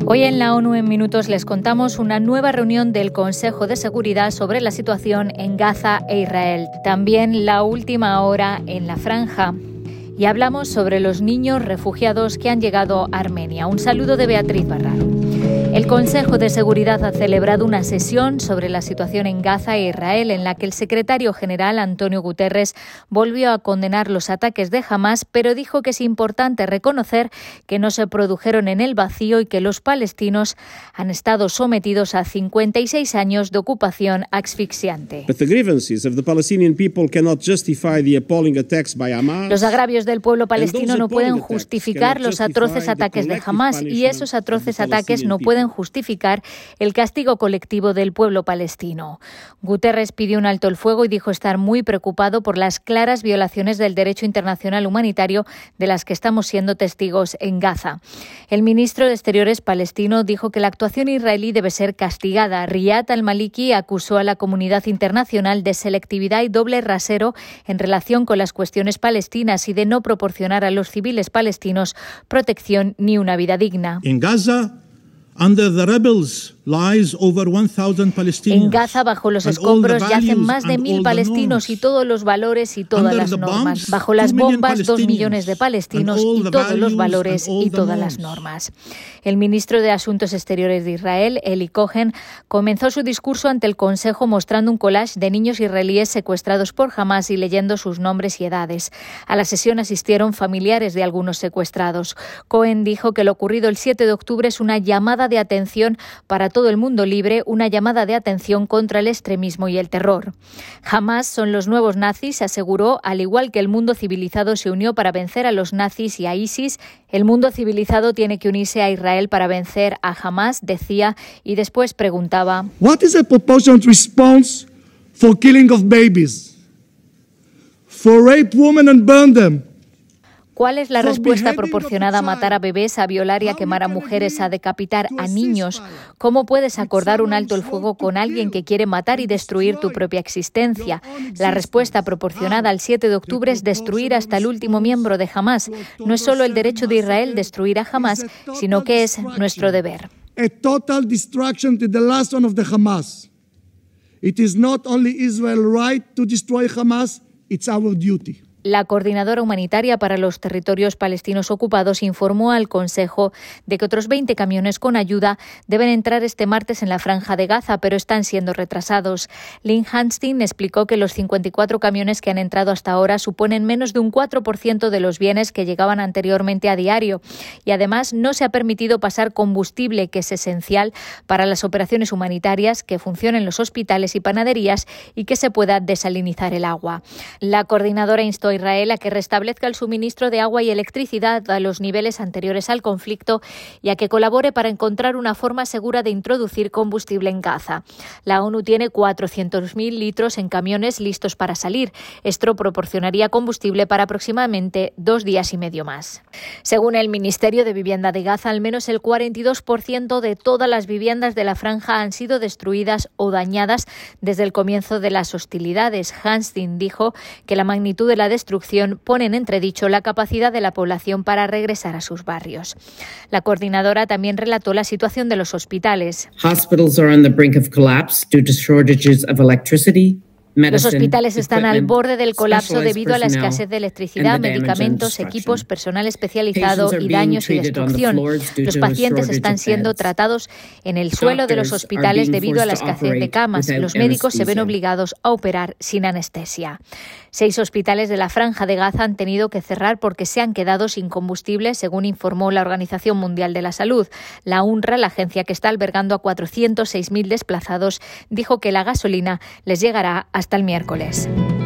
Hoy en la ONU en Minutos les contamos una nueva reunión del Consejo de Seguridad sobre la situación en Gaza e Israel. También la última hora en la franja. Y hablamos sobre los niños refugiados que han llegado a Armenia. Un saludo de Beatriz Barral. El Consejo de Seguridad ha celebrado una sesión sobre la situación en Gaza e Israel en la que el secretario general Antonio Guterres volvió a condenar los ataques de Hamás, pero dijo que es importante reconocer que no se produjeron en el vacío y que los palestinos han estado sometidos a 56 años de ocupación asfixiante. Los agravios del pueblo palestino no pueden justificar los atroces ataques de Hamás y esos atroces ataques no pueden justificar el castigo colectivo del pueblo palestino. Guterres pidió un alto el fuego y dijo estar muy preocupado por las claras violaciones del derecho internacional humanitario de las que estamos siendo testigos en Gaza. El ministro de Exteriores palestino dijo que la actuación israelí debe ser castigada. Riyad al-Maliki acusó a la comunidad internacional de selectividad y doble rasero en relación con las cuestiones palestinas y de no proporcionar a los civiles palestinos protección ni una vida digna. En Gaza, under the rebels lies over 1,000 Palestinians. En Gaza, bajo los escombros, yacen más de 1.000 palestinos y todos los valores y todas las normas. Bajo las bombas, 2 millones de palestinos y todos los valores y todas las normas. El ministro de Asuntos Exteriores de Israel, Eli Cohen, comenzó su discurso ante el Consejo mostrando un collage de niños israelíes secuestrados por Hamás y leyendo sus nombres y edades. A la sesión asistieron familiares de algunos secuestrados. Cohen dijo que lo ocurrido el 7 de octubre es una llamada de atención para todo el mundo libre, una llamada de atención contra el extremismo y el terror. Hamás son los nuevos nazis, aseguró, al igual que el mundo civilizado se unió para vencer a los nazis y a ISIS, el mundo civilizado tiene que unirse a Israel para vencer a Hamás, decía, y después preguntaba: What is the proportionate response for killing of babies? For rape women and burn them? ¿Cuál es la respuesta proporcionada a matar a bebés, a violar y a quemar a mujeres, a decapitar a niños? ¿Cómo puedes acordar un alto el fuego con alguien que quiere matar y destruir tu propia existencia? La respuesta proporcionada al 7 de octubre es destruir hasta el último miembro de Hamás. No es solo el derecho de Israel destruir a Hamás, sino que es nuestro deber. A total destruction to the last one of the Hamas. It is not only Israel's right to destroy Hamas, it's our duty. La coordinadora humanitaria para los territorios palestinos ocupados informó al Consejo de que otros 20 camiones con ayuda deben entrar este martes en la franja de Gaza, pero están siendo retrasados. Lynn Hanstein explicó que los 54 camiones que han entrado hasta ahora suponen menos de un 4% de los bienes que llegaban anteriormente a diario y además no se ha permitido pasar combustible, que es esencial para las operaciones humanitarias, que funcionen los hospitales y panaderías y que se pueda desalinizar el agua. La coordinadora instó a Israel a que restablezca el suministro de agua y electricidad a los niveles anteriores al conflicto y a que colabore para encontrar una forma segura de introducir combustible en Gaza. La ONU tiene 400.000 litros en camiones listos para salir. Esto proporcionaría combustible para aproximadamente 2 días y medio más. Según el Ministerio de Vivienda de Gaza, al menos el 42% de todas las viviendas de la franja han sido destruidas o dañadas desde el comienzo de las hostilidades. Hanstein dijo que la magnitud de la destrucción pone en entredicho la capacidad de la población para regresar a sus barrios. La coordinadora también relató la situación de los hospitales. Hospitals are on the brink of collapse due to shortages of electricity. Los hospitales están al borde del colapso debido a la escasez de electricidad, medicamentos, equipos, personal especializado y daños y destrucción. Los pacientes están siendo tratados en el suelo de los hospitales debido a la escasez de camas. Los médicos se ven obligados a operar sin anestesia. 6 hospitales de la Franja de Gaza han tenido que cerrar porque se han quedado sin combustible, según informó la Organización Mundial de la Salud. La UNRWA, la agencia que está albergando a 406.000 desplazados, dijo que la gasolina les llegará hasta el miércoles.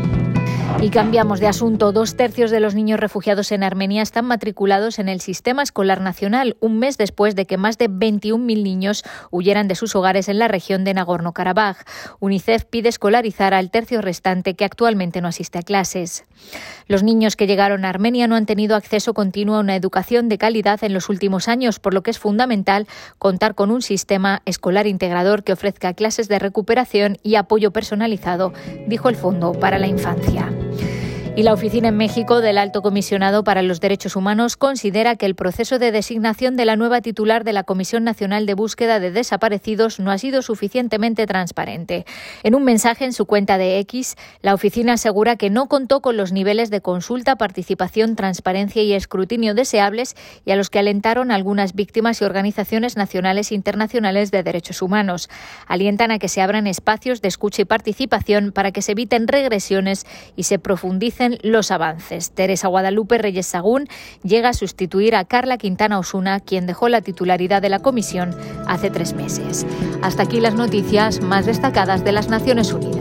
Y cambiamos de asunto. 2/3 de los niños refugiados en Armenia están matriculados en el sistema escolar nacional, un mes después de que más de 21.000 niños huyeran de sus hogares en la región de Nagorno-Karabaj. UNICEF pide escolarizar al tercio restante que actualmente no asiste a clases. Los niños que llegaron a Armenia no han tenido acceso continuo a una educación de calidad en los últimos años, por lo que es fundamental contar con un sistema escolar integrador que ofrezca clases de recuperación y apoyo personalizado, dijo el Fondo para la Infancia. Y la oficina en México del Alto Comisionado para los Derechos Humanos considera que el proceso de designación de la nueva titular de la Comisión Nacional de Búsqueda de Desaparecidos no ha sido suficientemente transparente. En un mensaje en su cuenta de X, la oficina asegura que no contó con los niveles de consulta, participación, transparencia y escrutinio deseables y a los que alentaron algunas víctimas y organizaciones nacionales e internacionales de derechos humanos. Alientan a que se abran espacios de escucha y participación para que se eviten regresiones y se profundicen los avances. Teresa Guadalupe Reyes Sagún llega a sustituir a Carla Quintana Osuna, quien dejó la titularidad de la comisión hace 3 meses. Hasta aquí las noticias más destacadas de las Naciones Unidas.